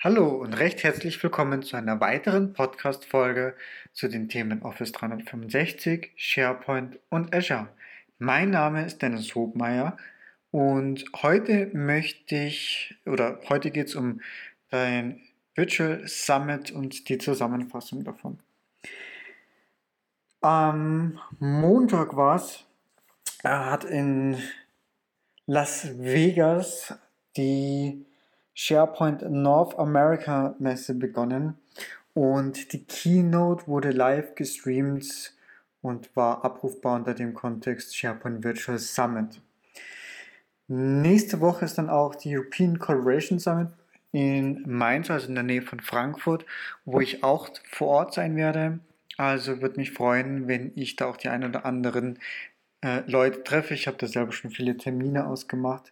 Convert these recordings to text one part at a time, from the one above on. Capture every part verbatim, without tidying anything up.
Hallo und recht herzlich willkommen zu einer weiteren Podcast-Folge zu den Themen Office dreihundertfünfundsechzig, SharePoint und Azure. Mein Name ist Dennis Hobmeier und heute möchte ich, oder heute geht es um dein Virtual Summit und die Zusammenfassung davon. Am Montag war es, er hat in Las Vegas die SharePoint North America Messe begonnen und die Keynote wurde live gestreamt und war abrufbar unter dem Kontext SharePoint Virtual Summit. Nächste Woche ist dann auch die European Collaboration Summit in Mainz, also in der Nähe von Frankfurt, wo ich auch vor Ort sein werde. Also würde mich freuen, wenn ich da auch die ein oder anderen äh, Leute treffe. Ich habe da selber schon viele Termine ausgemacht.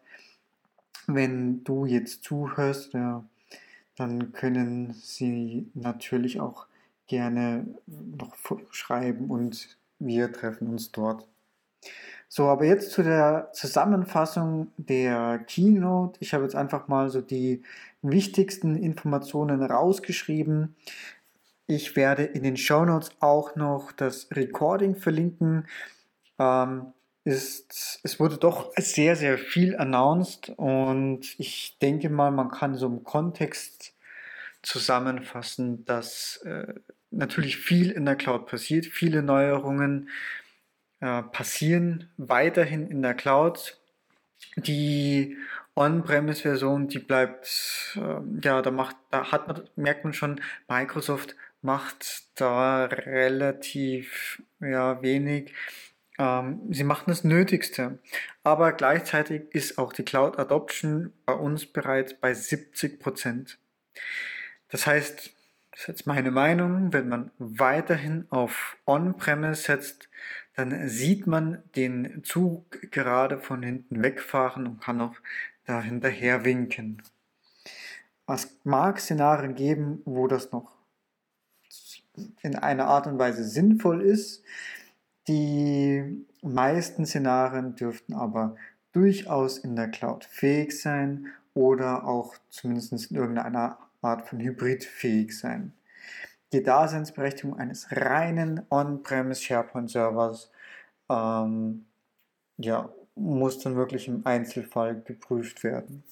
Wenn du jetzt zuhörst, ja, dann können sie natürlich auch gerne noch schreiben und wir treffen uns dort. So, aber jetzt zu der Zusammenfassung der Keynote. Ich habe jetzt einfach mal so die wichtigsten Informationen rausgeschrieben. Ich werde in den Shownotes auch noch das Recording verlinken. Ähm, ist, es wurde doch sehr, sehr viel announced und ich denke mal, man kann so im Kontext zusammenfassen, dass äh, natürlich viel in der Cloud passiert, viele Neuerungen äh, passieren weiterhin in der Cloud. Die On-Premise-Version, die bleibt, äh, ja, da macht, da hat man, merkt man schon, Microsoft macht da relativ ja, wenig. Ähm, sie machen das Nötigste. Aber gleichzeitig ist auch die Cloud Adoption bei uns bereits bei siebzig Prozent. Das heißt, das ist jetzt meine Meinung, wenn man weiterhin auf On-Premise setzt, dann sieht man den Zug gerade von hinten wegfahren und kann auch da hinterher winken. Es mag Szenarien geben, wo das noch in einer Art und Weise sinnvoll ist. Die meisten Szenarien dürften aber durchaus in der Cloud fähig sein oder auch zumindest in irgendeiner Art von Hybrid fähig sein. Die Daseinsberechtigung eines reinen On-Premise SharePoint-Servers ähm, ja, muss dann wirklich im Einzelfall geprüft werden.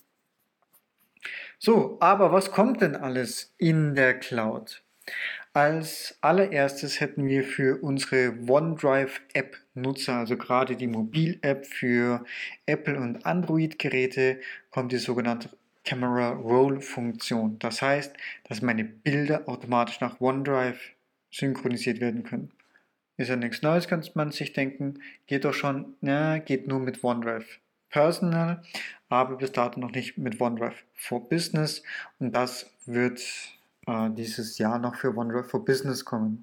So, aber was kommt denn alles in der Cloud? Als allererstes hätten wir für unsere OneDrive-App-Nutzer, also gerade die Mobil-App für Apple- und Android-Geräte, kommt die sogenannte Camera Roll-Funktion. Das heißt, dass meine Bilder automatisch nach OneDrive synchronisiert werden können. Ist ja nichts Neues, kann man sich denken. Geht doch schon, na, geht nur mit OneDrive Personal, aber bis dato noch nicht mit OneDrive for Business. Und das wird äh, dieses Jahr noch für OneDrive for Business kommen.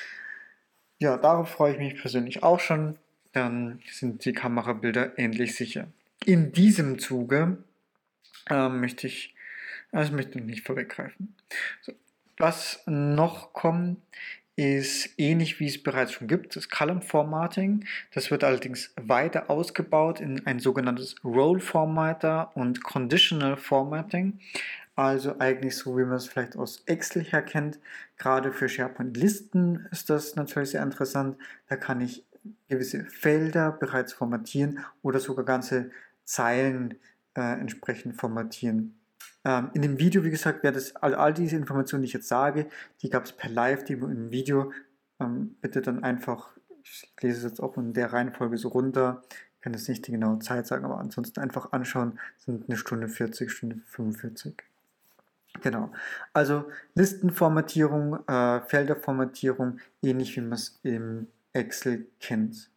Ja, darauf freue ich mich persönlich auch schon. Dann sind die Kamerabilder endlich sicher. In diesem Zuge äh, möchte ich, also möchte ich nicht vorweggreifen. So, was noch kommt, ist ähnlich wie es bereits schon gibt, das Column Formatting. Das wird allerdings weiter ausgebaut in ein sogenanntes Role Formatter und Conditional Formatting. Also eigentlich so, wie man es vielleicht aus Excel her kennt. Gerade für SharePoint-Listen ist das natürlich sehr interessant. Da kann ich gewisse Felder bereits formatieren oder sogar ganze Zeilen äh, entsprechend formatieren. Ähm, in dem Video, wie gesagt, wäre das all, all diese Informationen, die ich jetzt sage, die gab es per Live-Demo im Video. Ähm, bitte dann einfach, ich lese es jetzt auch in der Reihenfolge so runter, ich kann jetzt nicht die genaue Zeit sagen, aber ansonsten einfach anschauen, sind eine Stunde vierzig, Stunde fünfundvierzig. Genau, also Listenformatierung, äh, Felderformatierung, ähnlich wie man es im Excel kennt.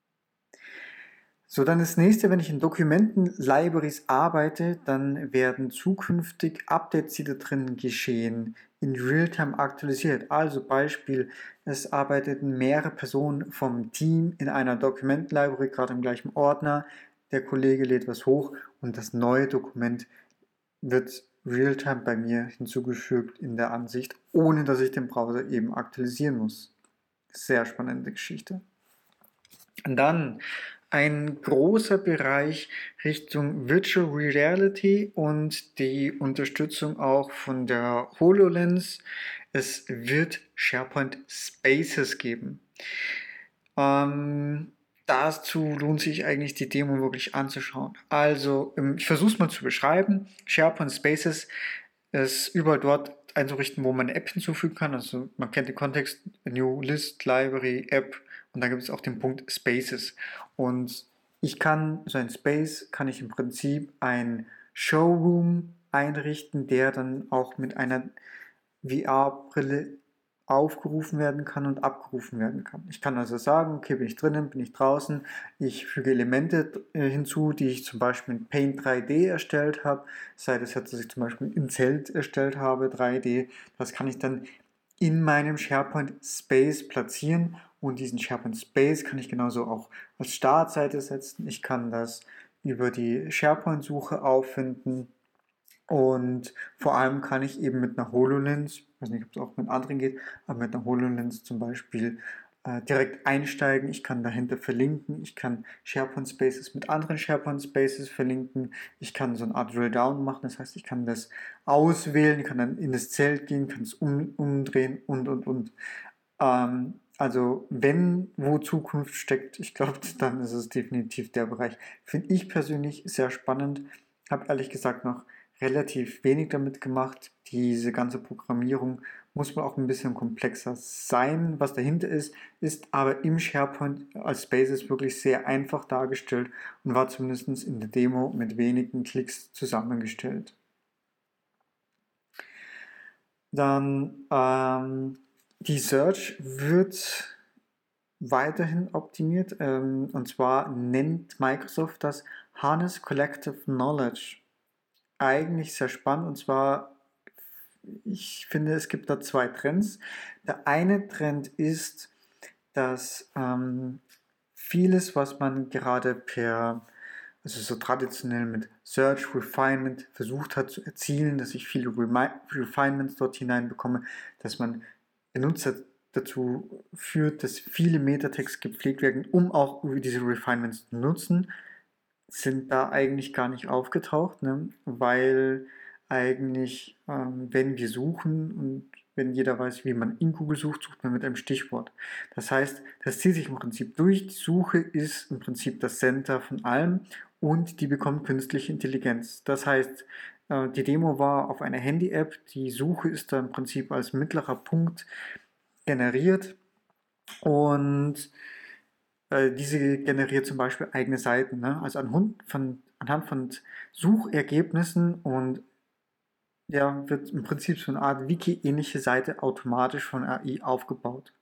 So, dann das nächste, wenn ich in Dokumenten-Libraries arbeite, dann werden zukünftig Updates, die da drin geschehen, in Realtime aktualisiert. Also Beispiel, es arbeiteten mehrere Personen vom Team in einer Dokumenten-Library, gerade im gleichen Ordner. Der Kollege lädt was hoch und das neue Dokument wird Realtime bei mir hinzugefügt in der Ansicht, ohne dass ich den Browser eben aktualisieren muss. Sehr spannende Geschichte. Und dann ein großer Bereich Richtung Virtual Reality und die Unterstützung auch von der HoloLens. Es wird SharePoint Spaces geben. Ähm, dazu lohnt sich eigentlich die Demo wirklich anzuschauen. Also, ähm, ich versuche es mal zu beschreiben. SharePoint Spaces ist überall dort einzurichten, wo man eine App hinzufügen kann. Also man kennt den Kontext, New List, Library, App und dann gibt es auch den Punkt Spaces. Und ich kann, so ein Space kann ich im Prinzip ein Showroom einrichten, der dann auch mit einer V R-Brille aufgerufen werden kann und abgerufen werden kann. Ich kann also sagen, okay, bin ich drinnen, bin ich draußen, ich füge Elemente äh, hinzu, die ich zum Beispiel mit Paint drei D erstellt habe, sei das jetzt, dass ich zum Beispiel in Zelt erstellt habe, drei D, das kann ich dann in meinem SharePoint Space platzieren und diesen SharePoint Space kann ich genauso auch als Startseite setzen. Ich kann das über die SharePoint-Suche auffinden. Und vor allem kann ich eben mit einer HoloLens, ich weiß nicht, ob es auch mit anderen geht, aber mit einer HoloLens zum Beispiel äh, direkt einsteigen. Ich kann dahinter verlinken. Ich kann SharePoint Spaces mit anderen SharePoint Spaces verlinken. Ich kann so eine Art Drill-Down machen. Das heißt, ich kann das auswählen, kann dann in das Zelt gehen, kann es um, umdrehen und, und, und. Ähm, also wenn wo Zukunft steckt, ich glaube, dann ist es definitiv der Bereich. Finde ich persönlich sehr spannend. Habe ehrlich gesagt noch relativ wenig damit gemacht. Diese ganze Programmierung muss man auch ein bisschen komplexer sein. Was dahinter ist, ist aber im SharePoint als Spaces wirklich sehr einfach dargestellt und war zumindest in der Demo mit wenigen Klicks zusammengestellt. Dann ähm, die Search wird weiterhin optimiert, ähm, und zwar nennt Microsoft das Harness Collective Knowledge. Eigentlich sehr spannend, und zwar, ich finde, es gibt da zwei Trends. Der eine Trend ist, dass ähm, vieles, was man gerade per, also so traditionell mit Search Refinement versucht hat zu erzielen, dass ich viele Refinements dort hineinbekomme, dass man Benutzer dazu führt, dass viele Metatext gepflegt werden, um auch diese Refinements zu nutzen, sind da eigentlich gar nicht aufgetaucht, ne? Weil eigentlich, ähm, wenn wir suchen und wenn jeder weiß, wie man in Google sucht, sucht man mit einem Stichwort. Das heißt, das zieht sich im Prinzip durch. Die Suche ist im Prinzip das Center von allem und die bekommt künstliche Intelligenz. Das heißt, äh, die Demo war auf einer Handy-App, die Suche ist da im Prinzip als mittlerer Punkt generiert und äh, diese generiert zum Beispiel eigene Seiten, ne? Also anhand von, anhand von Suchergebnissen und ja, wird im Prinzip so eine Art Wiki-ähnliche Seite automatisch von A I aufgebaut.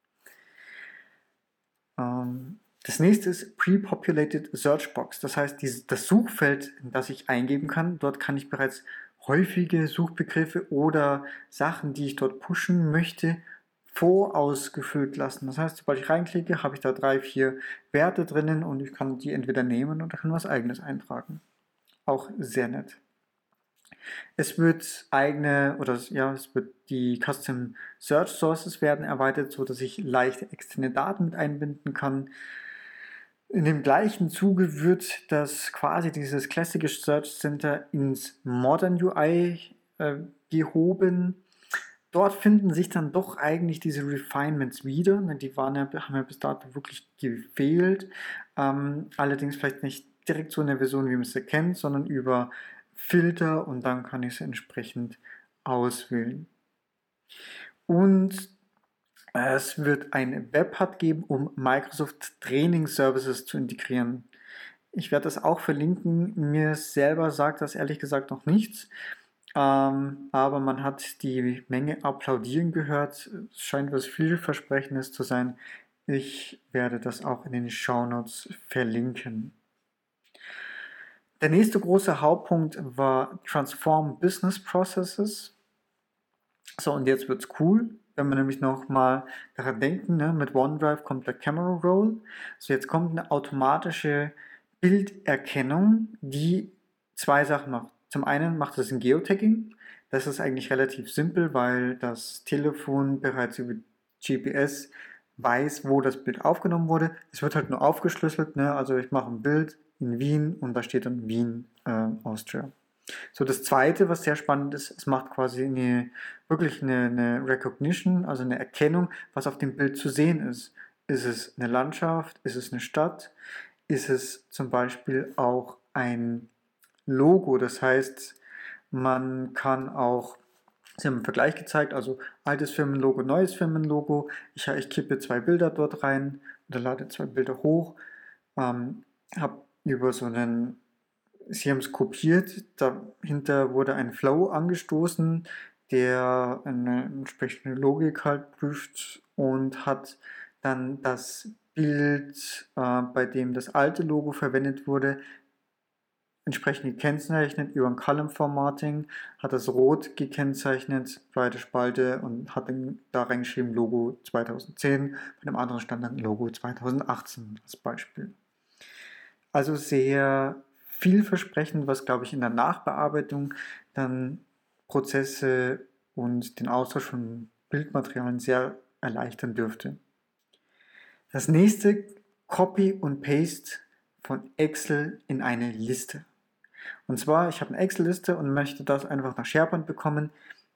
Ähm, das nächste ist Pre-Populated Search Box. Das heißt, dieses, das Suchfeld, in das ich eingeben kann, dort kann ich bereits häufige Suchbegriffe oder Sachen, die ich dort pushen möchte, vorausgefüllt lassen. Das heißt, sobald ich reinklicke, habe ich da drei, vier Werte drinnen und ich kann die entweder nehmen oder kann was eigenes eintragen. Auch sehr nett. Es wird eigene oder ja, es wird die Custom Search Sources werden erweitert, so dass ich leichte externe Daten mit einbinden kann. In dem gleichen Zuge wird das quasi dieses Classic Search Center ins Modern U I äh, gehoben. Dort finden sich dann doch eigentlich diese Refinements wieder. Die waren ja, haben ja bis dato wirklich gefehlt. Ähm, allerdings vielleicht nicht direkt so in der Version, wie man es erkennt, sondern über Filter und dann kann ich es entsprechend auswählen. Und es wird ein Webhub geben, um Microsoft Training Services zu integrieren. Ich werde das auch verlinken. Mir selber sagt das ehrlich gesagt noch nichts. Ähm, aber man hat die Menge applaudieren gehört. Es scheint was vielversprechendes zu sein. Ich werde das auch in den Shownotes verlinken. Der nächste große Hauptpunkt war Transform Business Processes. So, und jetzt wird's cool, wenn wir nämlich nochmal daran denken, ne, mit OneDrive kommt der Camera Roll. So, jetzt kommt eine automatische Bilderkennung, die zwei Sachen macht. Zum einen macht es ein Geotagging. Das ist eigentlich relativ simpel, weil das Telefon bereits über G P S weiß, wo das Bild aufgenommen wurde. Es wird halt nur aufgeschlüsselt, ne? Also ich mache ein Bild in Wien und da steht dann Wien, äh, Austria. So, das zweite, was sehr spannend ist, es macht quasi eine, wirklich eine, eine Recognition, also eine Erkennung, was auf dem Bild zu sehen ist. Ist es eine Landschaft? Ist es eine Stadt? Ist es zum Beispiel auch ein Logo? Das heißt, man kann auch, Sie haben einen Vergleich gezeigt, also altes Firmenlogo, neues Firmenlogo. Ich, ich kippe zwei Bilder dort rein oder lade zwei Bilder hoch, ähm, habe über so einen, Sie haben es kopiert, dahinter wurde ein Flow angestoßen, der eine entsprechende Logik halt prüft und hat dann das Bild, äh, bei dem das alte Logo verwendet wurde, entsprechend gekennzeichnet über ein Column Formatting, hat das rot gekennzeichnet, zweite Spalte und hat dann da reingeschrieben Logo zweitausendzehn, bei dem anderen stand dann Logo zweitausendachtzehn als Beispiel. Also sehr vielversprechend, was glaube ich in der Nachbearbeitung dann Prozesse und den Austausch von Bildmaterialien sehr erleichtern dürfte. Das nächste, Copy und Paste von Excel in eine Liste. Und zwar, ich habe eine Excel-Liste und möchte das einfach nach SharePoint bekommen.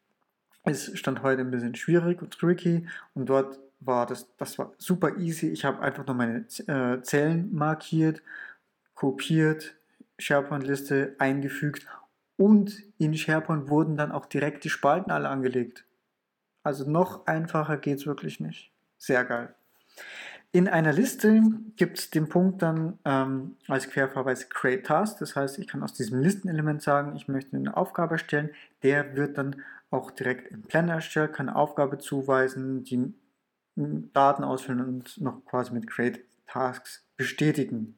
Es stand heute ein bisschen schwierig und tricky und dort war das, das war super easy. Ich habe einfach nur meine äh, Zellen markiert, kopiert, SharePoint-Liste eingefügt und in SharePoint wurden dann auch direkt die Spalten alle angelegt. Also noch einfacher geht es wirklich nicht. Sehr geil. In einer Liste gibt es den Punkt dann ähm, als Querverweis Create Task. Das heißt, ich kann aus diesem Listenelement sagen, ich möchte eine Aufgabe erstellen. Der wird dann auch direkt im Planner erstellt, kann eine Aufgabe zuweisen, die Daten ausfüllen und noch quasi mit Create Tasks bestätigen.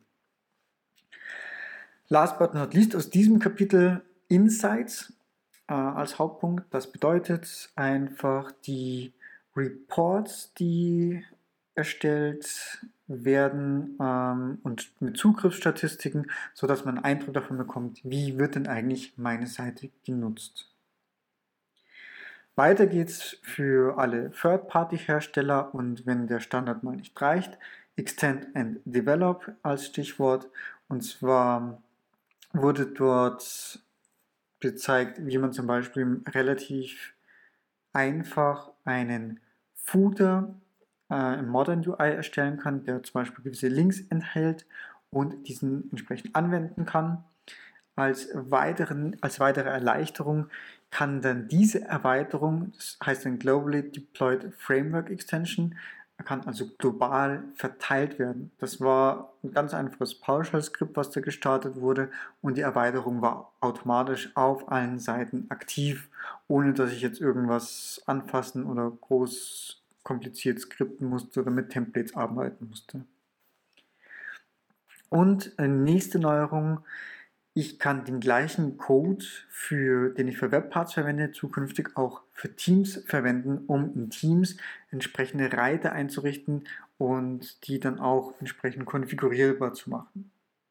Last but not least aus diesem Kapitel Insights äh, als Hauptpunkt. Das bedeutet einfach die Reports, die erstellt werden ähm, und mit Zugriffsstatistiken, sodass man einen Eindruck davon bekommt, wie wird denn eigentlich meine Seite genutzt. Weiter geht es für alle Third-Party-Hersteller und wenn der Standard mal nicht reicht, Extend and Develop als Stichwort. Und zwar wurde dort gezeigt, wie man zum Beispiel relativ einfach einen Footer äh, im Modern U I erstellen kann, der zum Beispiel gewisse Links enthält und diesen entsprechend anwenden kann. Als, weiteren, als weitere Erleichterung kann dann diese Erweiterung, das heißt ein Globally Deployed Framework Extension, kann also global verteilt werden. Das war ein ganz einfaches PowerShell-Skript, was da gestartet wurde und die Erweiterung war automatisch auf allen Seiten aktiv, ohne dass ich jetzt irgendwas anfassen oder groß kompliziert skripten musste oder mit Templates arbeiten musste. Und nächste Neuerung, ich kann den gleichen Code, für, den ich für Webparts verwende, zukünftig auch für Teams verwenden, um in Teams entsprechende Reiter einzurichten und die dann auch entsprechend konfigurierbar zu machen.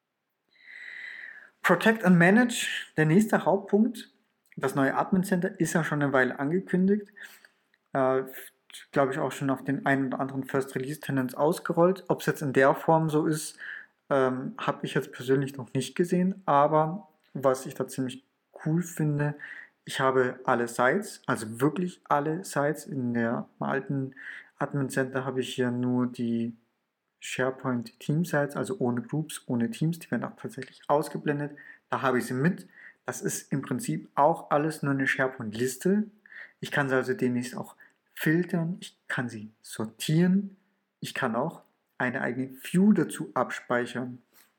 Protect and Manage, der nächste Hauptpunkt. Das neue Admin Center ist ja schon eine Weile angekündigt. Äh, glaube ich auch schon auf den einen oder anderen First Release Tenants ausgerollt. Ob es jetzt in der Form so ist, Ähm, habe ich jetzt persönlich noch nicht gesehen, aber was ich da ziemlich cool finde, ich habe alle Sites, also wirklich alle Sites. In der alten Admin Center habe ich hier nur die SharePoint Team Sites, also ohne Groups, ohne Teams, die werden auch tatsächlich ausgeblendet. Da habe ich sie mit. Das ist im Prinzip auch alles nur eine SharePoint-Liste. Ich kann sie also demnächst auch filtern, ich kann sie sortieren, ich kann auch eine eigene View dazu abspeichern.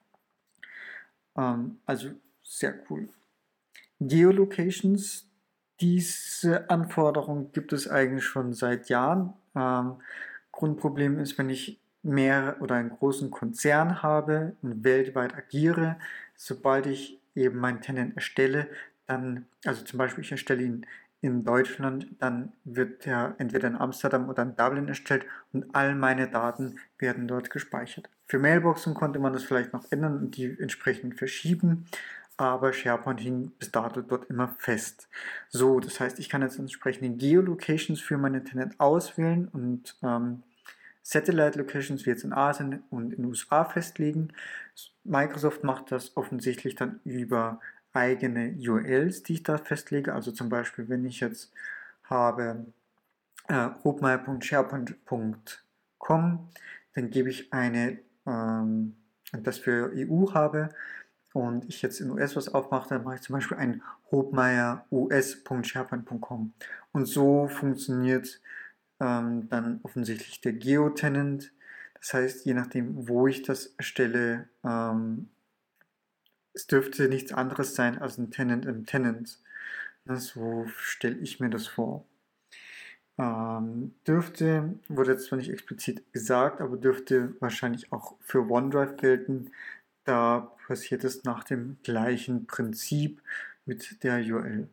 Ähm, also sehr cool. Geolocations, diese Anforderung gibt es eigentlich schon seit Jahren. Ähm, Grundproblem ist, wenn ich mehr oder einen großen Konzern habe und weltweit agiere, sobald ich eben meinen Tenant erstelle, dann, also zum Beispiel ich erstelle ihn in Deutschland, dann wird er entweder in Amsterdam oder in Dublin erstellt und all meine Daten werden dort gespeichert. Für Mailboxen konnte man das vielleicht noch ändern und die entsprechend verschieben, aber SharePoint hing bis dato dort immer fest. So, das heißt, ich kann jetzt entsprechende Geolocations für meine Tenant auswählen und ähm, Satellite Locations wie jetzt in Asien und in den U S A festlegen. Microsoft macht das offensichtlich dann über eigene U R Ls, die ich da festlege. Also zum Beispiel, wenn ich jetzt habe äh, hobmeier punkt sharepoint punkt com, dann gebe ich eine, ähm, das für E U habe, und ich jetzt in U S was aufmache, dann mache ich zum Beispiel ein hobmeier u s punkt sharepoint punkt com. Und so funktioniert ähm, dann offensichtlich der Geotenant. Das heißt, je nachdem, wo ich das erstelle, ähm, es dürfte nichts anderes sein als ein Tenant im Tenant. So stelle ich mir das vor. Ähm, dürfte, wurde jetzt zwar nicht explizit gesagt, aber dürfte wahrscheinlich auch für OneDrive gelten. Da passiert es nach dem gleichen Prinzip mit der U R L.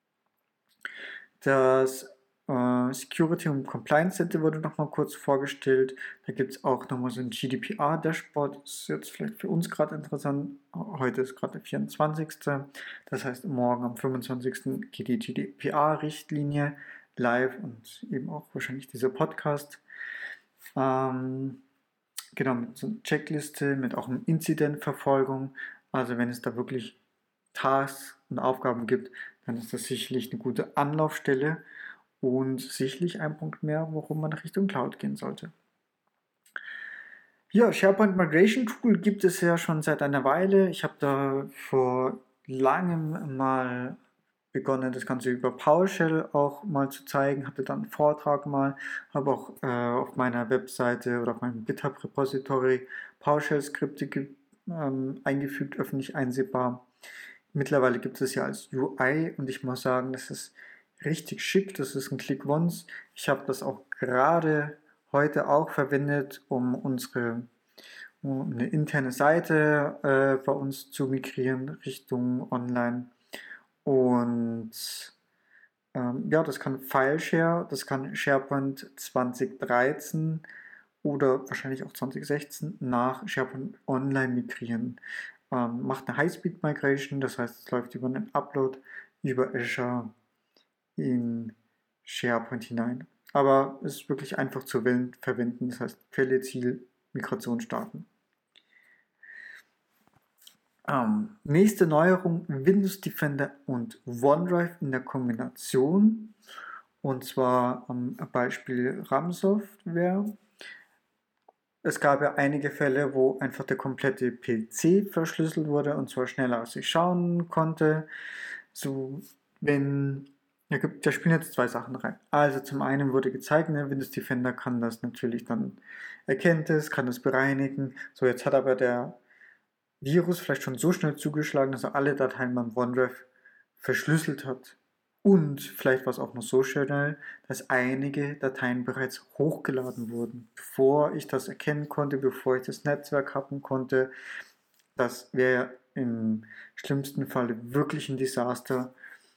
Das äh, Security und Compliance Center wurde nochmal kurz vorgestellt. Da gibt es auch nochmal so ein G D P R-Dashboard. Das ist jetzt vielleicht für uns gerade interessant. Heute ist gerade der vierundzwanzigste. Das heißt, morgen am fünfundzwanzigsten geht die G D P R-Richtlinie live und eben auch wahrscheinlich dieser Podcast. Ähm, genau, mit so einer Checkliste, mit auch einer Inzidentverfolgung. Also wenn es da wirklich Tasks und Aufgaben gibt, dann ist das sicherlich eine gute Anlaufstelle und sicherlich ein Punkt mehr, worum man Richtung Cloud gehen sollte. Ja, SharePoint Migration Tool gibt es ja schon seit einer Weile. Ich habe da vor langem mal begonnen, das Ganze über PowerShell auch mal zu zeigen, hatte dann einen Vortrag mal, habe auch äh, auf meiner Webseite oder auf meinem GitHub-Repository PowerShell-Skripte ähm, eingefügt, öffentlich einsehbar. Mittlerweile gibt es ja als U I und ich muss sagen, das ist richtig schick, das ist ein Click-Once. Ich habe das auch gerade heute auch verwendet, um unsere um eine interne Seite äh, bei uns zu migrieren Richtung Online. Und ähm, ja, das kann FileShare, das kann SharePoint zwanzig dreizehn oder wahrscheinlich auch zwanzig sechzehn nach SharePoint Online migrieren. Ähm, macht eine High-Speed-Migration, das heißt, es läuft über einen Upload über Azure in SharePoint hinein. Aber es ist wirklich einfach zu verwenden, das heißt, Quelle, Ziel, Migration starten. Ähm, nächste Neuerung, Windows Defender und OneDrive in der Kombination. Und zwar am Beispiel RAM-Software. Es gab ja einige Fälle, wo einfach der komplette P C verschlüsselt wurde und zwar schneller als ich schauen konnte. So, wenn, ja, da spielen jetzt zwei Sachen rein. Also zum einen wurde gezeigt, ne, Windows Defender kann das natürlich dann, erkennt es, kann das bereinigen. So, jetzt hat aber der Virus vielleicht schon so schnell zugeschlagen, dass er alle Dateien beim OneDrive verschlüsselt hat. Und vielleicht war es auch noch so schnell, dass einige Dateien bereits hochgeladen wurden, bevor ich das erkennen konnte, bevor ich das Netzwerk haben konnte. Das wäre im schlimmsten Fall wirklich ein Desaster.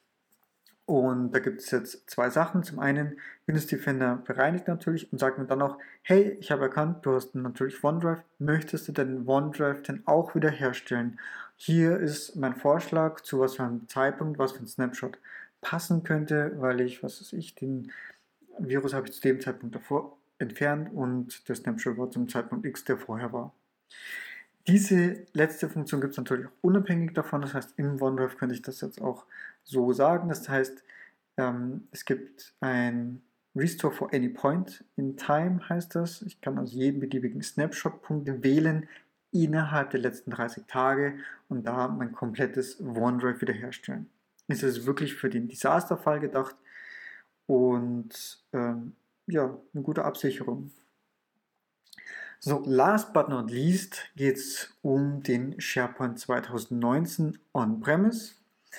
Und da gibt es jetzt zwei Sachen. Zum einen, Windows Defender bereinigt natürlich und sagt mir dann auch, hey, ich habe erkannt, du hast natürlich OneDrive, möchtest du den OneDrive denn auch wiederherstellen? Hier ist mein Vorschlag, zu was für einem Zeitpunkt, was für ein Snapshot passen könnte, weil ich, was weiß ich, den Virus habe ich zu dem Zeitpunkt davor entfernt und der Snapshot war zum Zeitpunkt X, der vorher war. Diese letzte Funktion gibt es natürlich auch unabhängig davon, das heißt, im OneDrive könnte ich das jetzt auch so sagen. Das heißt, ähm, es gibt ein Restore for any point in time, heißt das. Ich kann also jeden beliebigen Snapshot-Punkt wählen innerhalb der letzten dreißig Tage und da mein komplettes OneDrive wiederherstellen. Es ist wirklich für den Disasterfall gedacht und ähm, ja, eine gute Absicherung. So, last but not least geht es um den SharePoint zwanzig neunzehn On-Premise.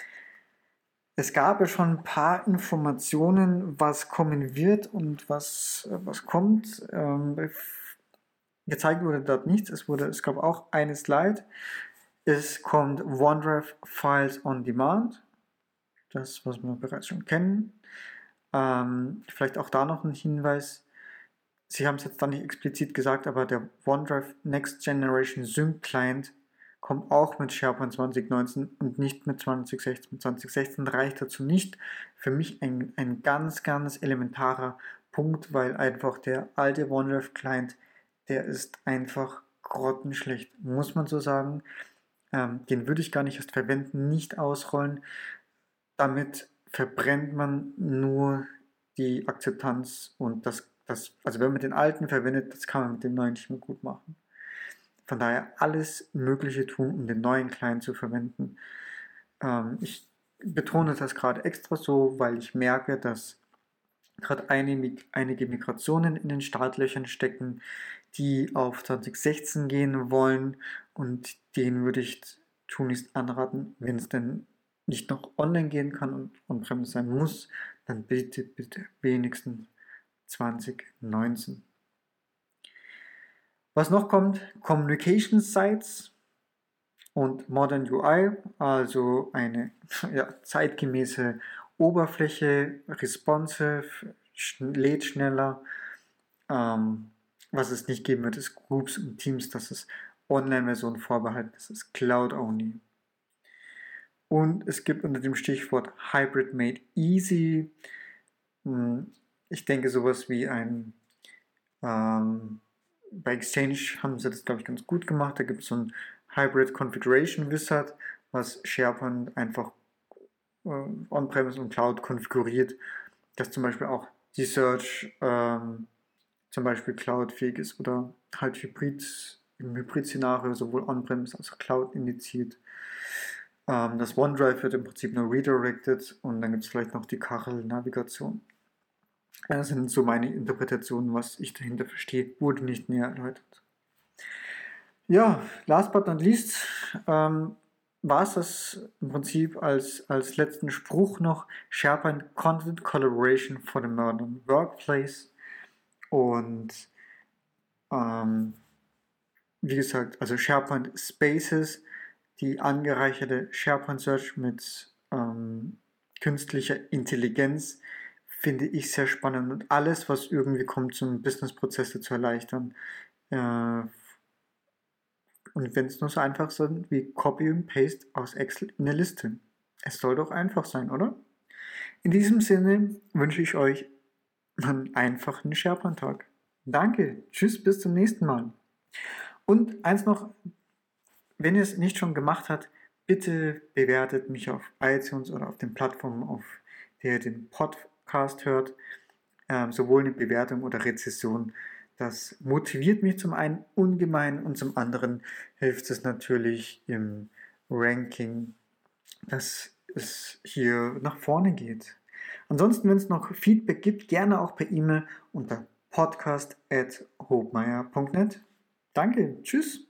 Es gab ja schon ein paar Informationen, was kommen wird und was, was kommt. Ähm, gezeigt wurde dort nichts. Es, wurde, es gab auch eine Slide. Es kommt OneDrive Files on Demand. Das, was wir bereits schon kennen. Ähm, vielleicht auch da noch ein Hinweis. Sie haben es jetzt dann nicht explizit gesagt, aber der OneDrive Next Generation Sync Client kommt auch mit SharePoint zwanzig neunzehn und nicht mit zwanzig sechzehn. Mit zwanzig sechzehn reicht dazu nicht. Für mich ein, ein ganz, ganz elementarer Punkt, weil einfach der alte OneDrive Client, der ist einfach grottenschlecht, muss man so sagen. Ähm, den würde ich gar nicht erst verwenden, nicht ausrollen. Damit verbrennt man nur die Akzeptanz und das, das, also wenn man den alten verwendet, das kann man mit dem neuen nicht mehr gut machen. Von daher alles Mögliche tun, um den neuen Client zu verwenden. Ähm, ich betone das gerade extra so, weil ich merke, dass gerade einige, einige Migrationen in den Startlöchern stecken, die auf zwanzig sechzehn gehen wollen, und denen würde ich tunlichst anraten, wenn es denn nicht noch online gehen kann und on-premise sein muss, dann bitte, bitte wenigstens zwanzig neunzehn. Was noch kommt, Communication Sites und Modern U I, also eine ja, zeitgemäße Oberfläche, responsive, lädt schneller. Ähm, was es nicht geben wird, ist Groups und Teams, das ist Online-Version vorbehalten, das ist Cloud-only. Und es gibt unter dem Stichwort Hybrid Made Easy, ich denke sowas wie ein, ähm, bei Exchange haben sie das, glaube ich, ganz gut gemacht. Da gibt es so ein Hybrid Configuration Wizard, was SharePoint einfach äh, On-Premise und Cloud konfiguriert, dass zum Beispiel auch die Search ähm, zum Beispiel Cloud-fähig ist oder halt Hybrid, im Hybrid-Szenario sowohl On-Premise als auch Cloud indiziert. Ähm, das OneDrive wird im Prinzip nur redirected und dann gibt es vielleicht noch die Kachel-Navigation. Das sind so meine Interpretationen, was ich dahinter verstehe, wurde nicht näher erläutert. Ja, last but not least ähm, war es das im Prinzip als, als letzten Spruch noch: SharePoint Content Collaboration for the Modern Workplace. Und ähm, wie gesagt, also SharePoint Spaces, die angereicherte SharePoint Search mit ähm, künstlicher Intelligenz, finde ich sehr spannend, und alles, was irgendwie kommt, um Businessprozesse zu erleichtern. Äh, und wenn es nur so einfach sind wie Copy und Paste aus Excel in eine Liste. Es soll doch einfach sein, oder? In diesem Sinne wünsche ich euch einen einfachen SharePoint-Tag. Danke, tschüss, bis zum nächsten Mal. Und eins noch, wenn ihr es nicht schon gemacht habt, bitte bewertet mich auf iTunes oder auf den Plattformen, auf der ihr den Podcast hört, ähm, sowohl eine Bewertung oder Rezession. Das motiviert mich zum einen ungemein und zum anderen hilft es natürlich im Ranking, dass es hier nach vorne geht. Ansonsten, wenn es noch Feedback gibt, gerne auch per E-Mail unter podcast at hobmeier punkt net. Danke, tschüss.